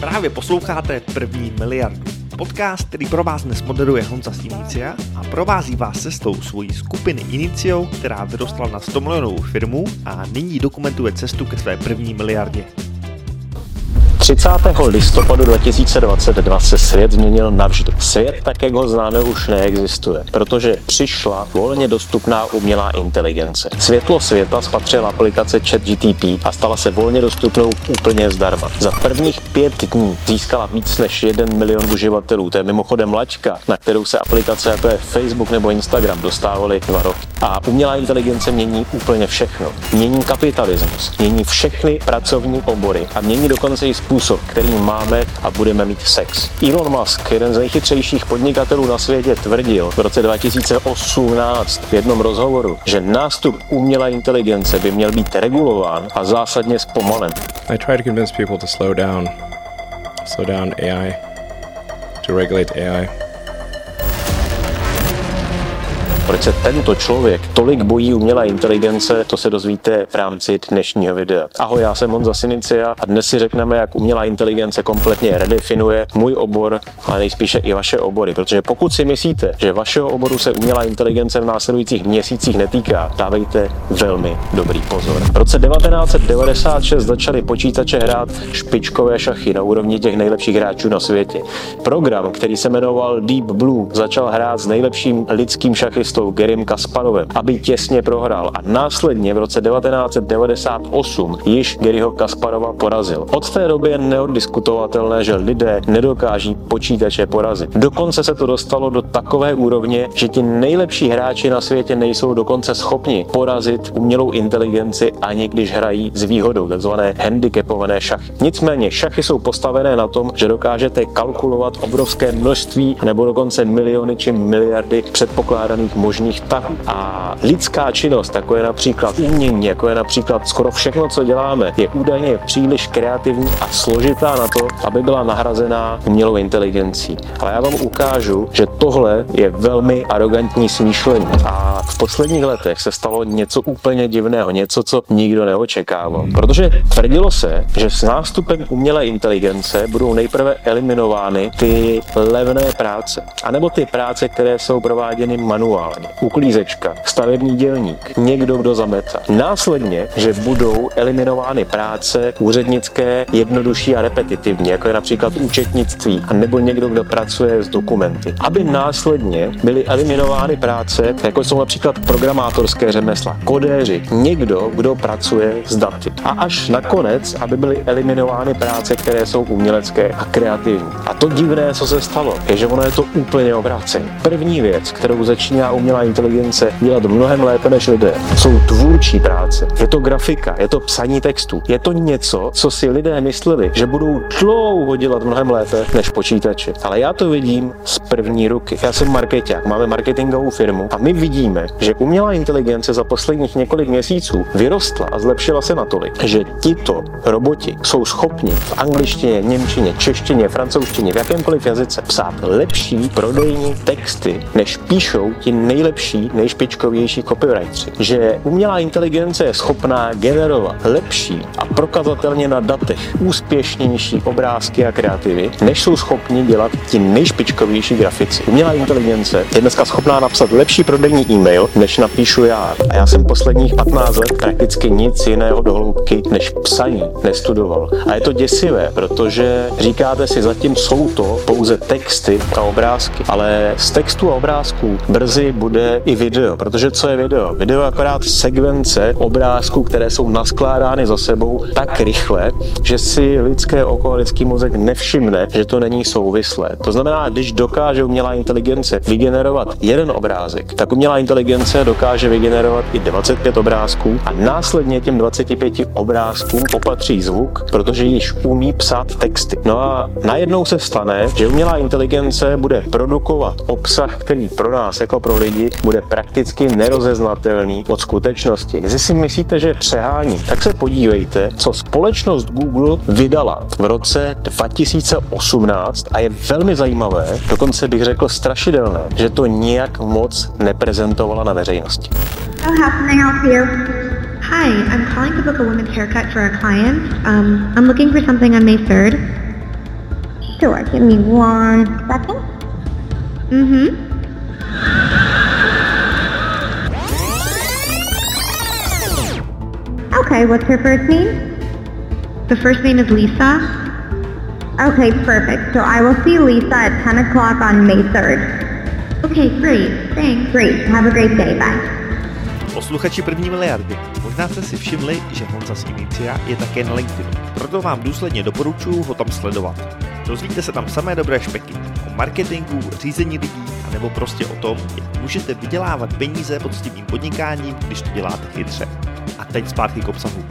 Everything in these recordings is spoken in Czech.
Právě posloucháte První miliardu. Podcast, který pro vás dnes moderuje Honza z Inicia a provází vás cestou svojí skupiny Inicio, která vyrostla na 100 milionovou firmu a nyní dokumentuje cestu ke své první miliardě. 30. listopadu 2022 se svět změnil navždy. Svět, tak jak ho známe, už neexistuje, protože přišla volně dostupná umělá inteligence. Světlo světa spatřila aplikace ChatGPT a stala se volně dostupnou úplně zdarma. Za prvních 5 dní získala víc než 1 milion uživatelů. To je mimochodem laťka, na kterou se aplikace jako je Facebook nebo Instagram dostávaly 2 roky. A umělá inteligence mění úplně všechno. Mění kapitalismus, mění všechny pracovní obory a mění dokonce i způsob, kterým máme a budeme mít sex. Elon Musk, jeden z nejchytřejších podnikatelů na světě, tvrdil v roce 2018 v jednom rozhovoru, že nástup umělé inteligence by měl být regulován a zásadně zpomalen. I try to convince people to slow down AI, to regulate AI. Proč se tento člověk tolik bojí umělé inteligence, to se dozvíte v rámci dnešního videa. Ahoj, já jsem Honza z Inicia a dnes si řekneme, jak umělá inteligence kompletně redefinuje můj obor, ale nejspíše i vaše obory, protože pokud si myslíte, že vašeho oboru se umělá inteligence v následujících měsících netýká, dávejte velmi dobrý pozor. V roce 1996 začaly počítače hrát špičkové šachy na úrovni těch nejlepších hráčů na světě. Program, který se jmenoval Deep Blue, začal hrát s nejlepším lidským šachistou Garrym Kasparovem, aby těsně prohrál a následně v roce 1998 již Garryho Kasparova porazil. Od té doby je neoddiskutovatelné, že lidé nedokáží počítače porazit. Dokonce se to dostalo do takové úrovně, že ti nejlepší hráči na světě nejsou dokonce schopni porazit umělou inteligenci, ani když hrají s výhodou, takzvané handicapované šachy. Nicméně šachy jsou postavené na tom, že dokážete kalkulovat obrovské množství nebo dokonce miliony či miliardy předpokládaných možných tahů. A lidská činnost, jako je například umění, jako je například skoro všechno, co děláme, je údajně příliš kreativní a složitá na to, aby byla nahrazená umělou inteligencí. Ale já vám ukážu, že tohle je velmi arrogantní smýšlení. A v posledních letech se stalo něco úplně divného, něco, co nikdo neočekával. Protože tvrdilo se, že s nástupem umělé inteligence budou nejprve eliminovány ty levné práce, anebo ty práce, které jsou prováděny manuálně. Uklízečka, stavební dělník, někdo, kdo zametá. Následně, že budou eliminovány práce úřednické, jednodušší a repetitivní, jako je například účetnictví, a nebo někdo, kdo pracuje s dokumenty. Aby následně byly eliminovány práce, jako jsou například programátorské řemesla, kodéři, někdo, kdo pracuje s daty. A až nakonec, aby byly eliminovány práce, které jsou umělecké a kreativní. A to divné, co se stalo, je, že ono je to úplně obráceně. První věc, kterou začíná umělá inteligence dělat mnohem lépe než lidé, jsou tvůrčí práce. Je to grafika, je to psaní textu. Je to něco, co si lidé mysleli, že budou dlouho dělat mnohem lépe než počítači. Ale já to vidím z první ruky. Já jsem markeťák, máme marketingovou firmu a my vidíme, že umělá inteligence za posledních několik měsíců vyrostla a zlepšila se natolik, že tito roboti jsou schopni v angličtině, němčině, češtině, francouzštině, v jakémkoliv jazyce psát lepší prodejní texty, než píšou ti nejlepší, nejšpičkovější copywriteri. Že umělá inteligence je schopná generovat lepší a prokazatelně na datech úspěšnější obrázky a kreativy, než jsou schopni dělat ti nejšpičkovější grafici. Umělá inteligence je dneska schopná napsat lepší prodejní e-mail, než napíšu já. A já jsem posledních 15 let prakticky nic jiného do hloubky než psaní nestudoval. A je to děsivé, protože říkáte si, zatím jsou to pouze texty a obrázky, ale z textu a obrázků brzy bude i video, protože co je video? Video je akorát sekvence obrázků, které jsou naskládány za sebou tak rychle, že si lidské oko a lidský mozek nevšimne, že to není souvislé. To znamená, když dokáže umělá inteligence vygenerovat jeden obrázek, tak umělá inteligence dokáže vygenerovat i 25 obrázků a následně těm 25 obrázkům opatří zvuk, protože již umí psát texty. No a najednou se stane, že umělá inteligence bude produkovat obsah, který pro nás jako pro lidi bude prakticky nerozeznatelný od skutečnosti. Jestli si myslíte, že přehání, tak se podívejte, co společnost Google vydala v roce 2018 a je velmi zajímavé, dokonce bych řekl strašidelné, že to nijak moc neprezentovala na veřejnosti. How can I help you? Hi, I'm calling to book a women's haircut for a client. I'm looking for something on May 3rd. Sure, give me 1 second. Okay, what's her first name? The first name is Lisa. Okay, perfect. So I will see Lisa at 10 o'clock on May 3rd. Okay, great. Thanks. Great. Have a great day. Bye. Posluchači první miliardy, možná jste si všimli, že Honza z Inicia je také na LinkedInu. Proto vám důsledně doporučuji ho tam sledovat. Dozvíte se tam samé dobré špeky o marketingu, řízení lidí, anebo prostě o tom, jak můžete vydělávat peníze poctivým podnikáním, když to děláte chytře. A teď zpátky k obsahu.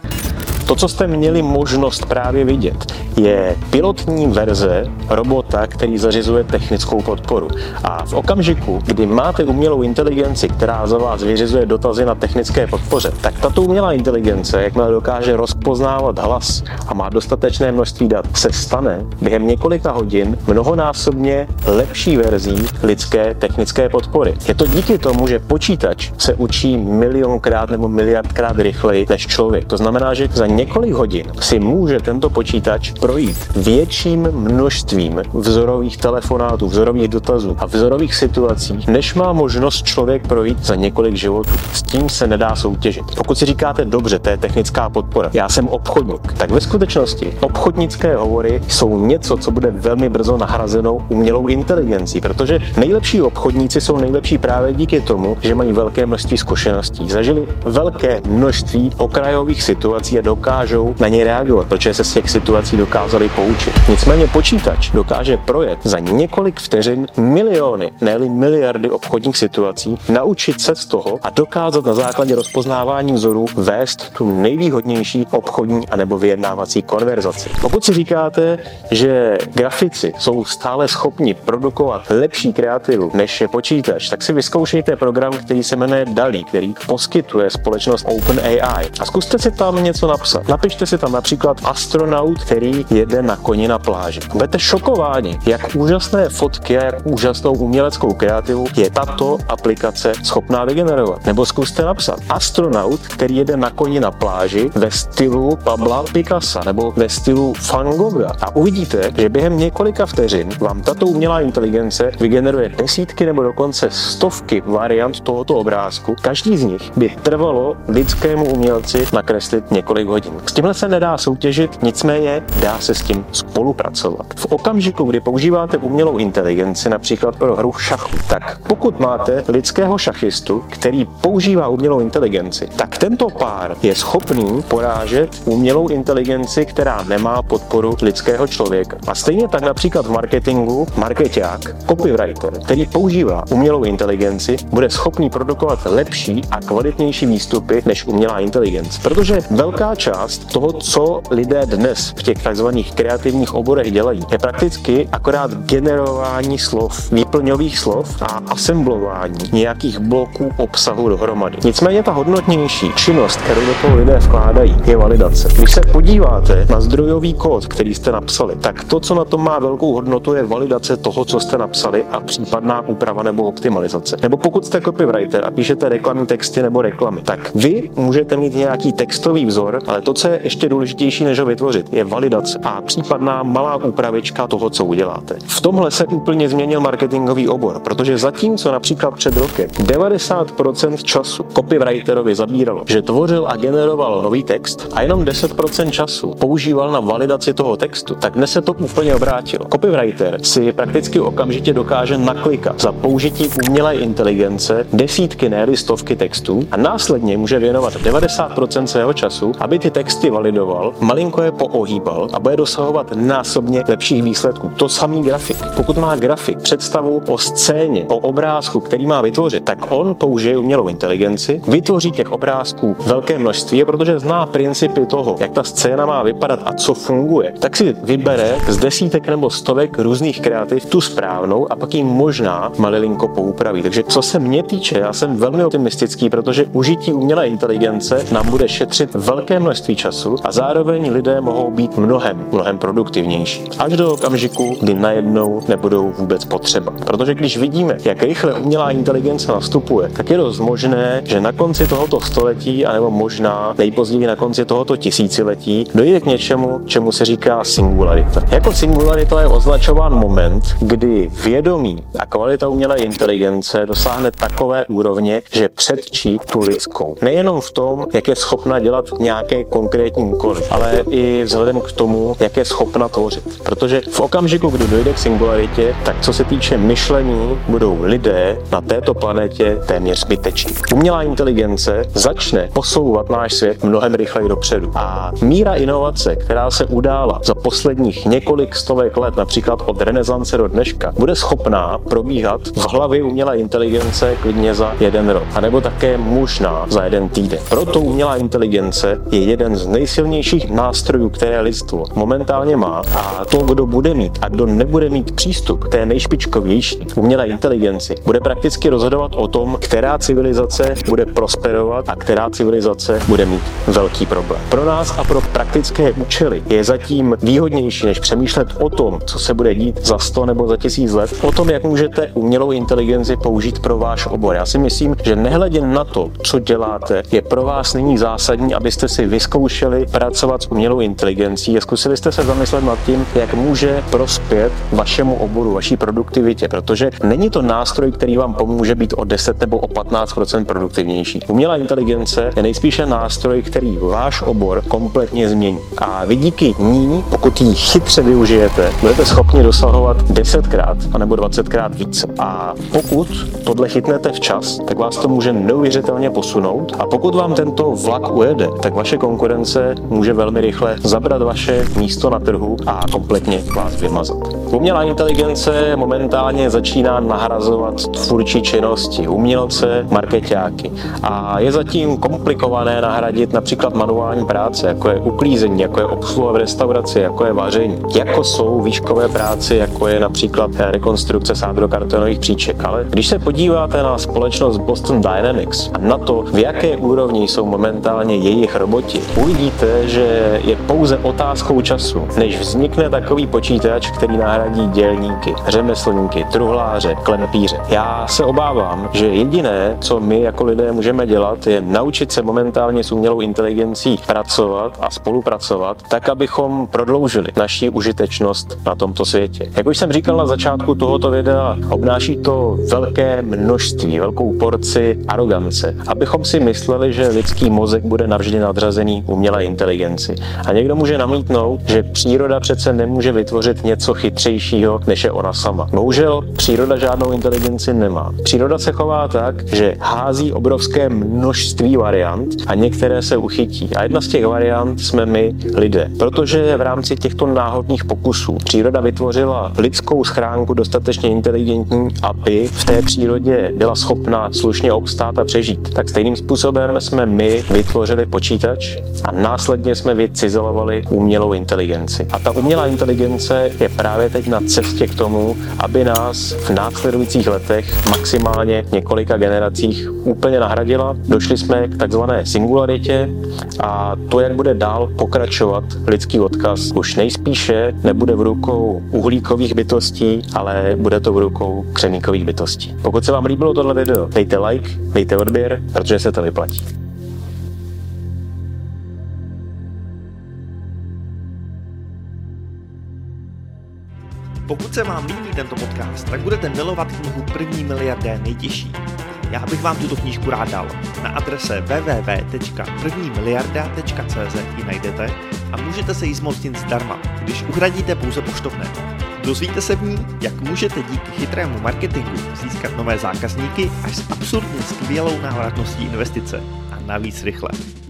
To, co jste měli možnost právě vidět, je pilotní verze robota, který zařizuje technickou podporu. A v okamžiku, kdy máte umělou inteligenci, která za vás vyřizuje dotazy na technické podpoře, tak tato umělá inteligence, jakmile dokáže rozpoznávat hlas a má dostatečné množství dat, se stane během několika hodin mnohonásobně lepší verzí lidské technické podpory. Je to díky tomu, že počítač se učí milionkrát nebo miliardkrát rychleji než člověk. To znamená, že za několik hodin si může tento počítač projít větším množstvím vzorových telefonátů, vzorových dotazů a vzorových situací, než má možnost člověk projít za několik životů. S tím se nedá soutěžit. Pokud si říkáte, dobře, to je technická podpora, já jsem obchodník, tak ve skutečnosti obchodnické hovory jsou něco, co bude velmi brzo nahrazeno umělou inteligencí, protože nejlepší obchodníci jsou nejlepší právě díky tomu, že mají velké množství zkušeností, zažili velké množství okrajových situací a dokážou na ně reagovat, protože se z těch situací dokázali poučit. Nicméně počítač dokáže projet za několik vteřin miliony, ne-li miliardy obchodních situací, naučit se z toho a dokázat na základě rozpoznávání vzorů vést tu nejvýhodnější obchodní anebo vyjednávací konverzaci. Pokud si říkáte, že grafici jsou stále schopni produkovat lepší kreativu než je počítač, tak si vyzkoušejte program, který se jmenuje DALL-E, který poskytuje společnost OpenAI. A zkuste si tam něco napsat. Napište si tam například astronaut, který jede na koni na pláži. Budete šokováni, jak úžasné fotky a jak úžasnou uměleckou kreativu je tato aplikace schopná vygenerovat. Nebo zkuste napsat astronaut, který jede na koni na pláži ve stylu Pabla Picassa nebo ve stylu Van Gogha. A uvidíte, že během několika vteřin vám tato umělá inteligence vygeneruje desítky nebo dokonce stovky variant tohoto obrázku. Každý z nich by trvalo lidskému umělci nakreslit několik hodin. S tímhle se nedá soutěžit, nicméně dá se s tím spolupracovat. V okamžiku, kdy používáte umělou inteligenci například pro hru šachu, tak pokud máte lidského šachistu, který používá umělou inteligenci, tak tento pár je schopný porážet umělou inteligenci, která nemá podporu lidského člověka. A stejně tak například v marketingu markeťák, copywriter, který používá umělou inteligenci, bude schopný produkovat lepší a kvalitnější výstupy než umělá inteligence. Protože velká část toho, co lidé dnes v těch takzvaných kreativních oborech dělají, je prakticky akorát generování slov, výplňových slov a asemblování nějakých bloků obsahu dohromady. Nicméně ta hodnotnější činnost, kterou do toho lidé vkládají, je validace. Když se podíváte na zdrojový kód, který jste napsali, tak to, co na tom má velkou hodnotu, je validace toho, co jste napsali a případná úprava nebo optimalizace. Nebo pokud jste copywriter a píšete reklamní texty nebo reklamy, tak vy můžete mít nějaký textový vzor, ale to, co je ještě důležitější, než ho vytvořit, je validace a případná malá úpravička toho, co uděláte. V tomhle se úplně změnil marketingový obor, protože zatímco například před rokem 90% času copywriterovi zabíralo, že tvořil a generoval nový text a jenom 10% času používal na validaci toho textu, tak dnes se to úplně obrátilo. Copywriter si prakticky okamžitě dokáže naklikat za použití umělé inteligence desítky, ne-li stovky textů a následně může věnovat 90% svého času, aby ty texty validoval, malinko je poohýbal a bude dosahovat násobně lepších výsledků. To samý grafik. Pokud má grafik představu o scéně, o obrázku, který má vytvořit, tak on použije umělou inteligenci, vytvoří těch obrázků velké množství, protože zná principy toho, jak ta scéna má vypadat a co funguje, tak si vybere z desítek nebo stovek různých kreativ tu správnou a pak ji možná malilinko poupraví. Takže co se mě týče, já jsem velmi optimistický, protože užití umělé inteligence nám bude šetřit velké množství množství času a zároveň lidé mohou být mnohem produktivnější. Až do okamžiku, kdy najednou nebudou vůbec potřeba. Protože když vidíme, jak rychle umělá inteligence nastupuje, tak je dost možné, že na konci tohoto století, anebo možná nejpozději na konci tohoto tisíciletí, dojde k něčemu, čemu se říká singularita. Jako singularita je označován moment, kdy vědomí a kvalita umělé inteligence dosáhne takové úrovně, že předčí tu lidskou. Nejenom v tom, jak je schopna dělat nějaké konkrétní úkoly, ale i vzhledem k tomu, jak je schopna tvořit. Protože v okamžiku, kdy dojde k singularitě, tak co se týče myšlení, budou lidé na této planetě téměř zbyteční. Umělá inteligence začne posouvat náš svět mnohem rychleji dopředu. A míra inovace, která se udála za posledních několik stovek let, například od renesance do dneška, bude schopná probíhat v hlavě umělé inteligence klidně za 1 rok, anebo také možná za 1 týden. Proto umělá inteligence je jeden z nejsilnějších nástrojů, které lidstvo momentálně má, a to, kdo bude mít a kdo nebude mít přístup k té nejšpičkovější umělé inteligenci, bude prakticky rozhodovat o tom, která civilizace bude prosperovat a která civilizace bude mít velký problém. Pro nás a pro praktické účely je zatím výhodnější, než přemýšlet o tom, co se bude dít za 100 nebo za 1000 let, o tom, jak můžete umělou inteligenci použít pro váš obor. Já si myslím, že nehledě na to, co děláte, je pro vás nyní zásadní, abyste si vyzkoušeli pracovat s umělou inteligencí a zkusili jste se zamyslet nad tím, jak může prospět vašemu oboru, vaší produktivitě, protože není to nástroj, který vám pomůže být o 10 nebo o 15% produktivnější. Umělá inteligence je nejspíše nástroj, který váš obor kompletně změní. A vy díky ní, pokud ji chytře využijete, budete schopni dosahovat 10krát anebo 20krát více. A pokud tohle chytnete včas, tak vás to může neuvěřitelně posunout. A pokud vám tento vlak ujede, tak vaše konkurence může velmi rychle zabrat vaše místo na trhu a kompletně vás vymazat. Umělá inteligence momentálně začíná nahrazovat tvůrčí činnosti, umělce, markeťáky. A je zatím komplikované nahradit například manuální práce, jako je uklízení, jako je obsluha v restauraci, jako je vaření, jako jsou výškové práce, jako je například rekonstrukce sádrokartonových příček. Ale když se podíváte na společnost Boston Dynamics a na to, v jaké úrovni jsou momentálně jejich roboti, uvidíte, že je pouze otázkou času, než vznikne takový počítač, který nahradí dělníky, řemeslníky, truhláře, klempíře. Já se obávám, že jediné, co my jako lidé můžeme dělat, je naučit se momentálně s umělou inteligencí pracovat a spolupracovat, tak abychom prodloužili naši užitečnost na tomto světě. Jak už jsem říkal na začátku tohoto videa, obnáší to velké množství, velkou porci arogance, abychom si mysleli, že lidský mozek bude navždy nadřazený umělé inteligenci. A někdo může namítnout, že příroda přece nemůže vytvořit něco chytřejšího, než je ona sama. Bohužel příroda žádnou inteligenci nemá. Příroda se chová tak, že hází obrovské množství variant a některé se uchytí. A jedna z těch variant jsme my, lidé. Protože v rámci těchto náhodných pokusů příroda vytvořila lidskou schránku dostatečně inteligentní, aby v té přírodě byla schopna slušně obstát a přežít. Tak stejným způsobem jsme my vytvořili počítač a následně jsme vycizelovali umělou inteligenci. A ta umělá inteligence je právě teď na cestě k tomu, aby nás v následujících letech, maximálně několika generacích, úplně nahradila. Došli jsme k takzvané singularitě a to, jak bude dál pokračovat lidský odkaz, už nejspíše nebude v rukou uhlíkových bytostí, ale bude to v rukou křemíkových bytostí. Pokud se vám líbilo tohle video, dejte like, dejte odběr, protože se to vyplatí. Pokud se vám líbí tento podcast, tak budete milovat knihu První miliardér nejtěžší. Já bych vám tuto knížku rád dal. Na adrese www.prvnimiliarda.cz ji najdete a můžete se jí zmocnit zdarma, když uhradíte pouze poštovné. Dozvíte se v ní, jak můžete díky chytrému marketingu získat nové zákazníky až s absurdně skvělou návratností investice a navíc rychle.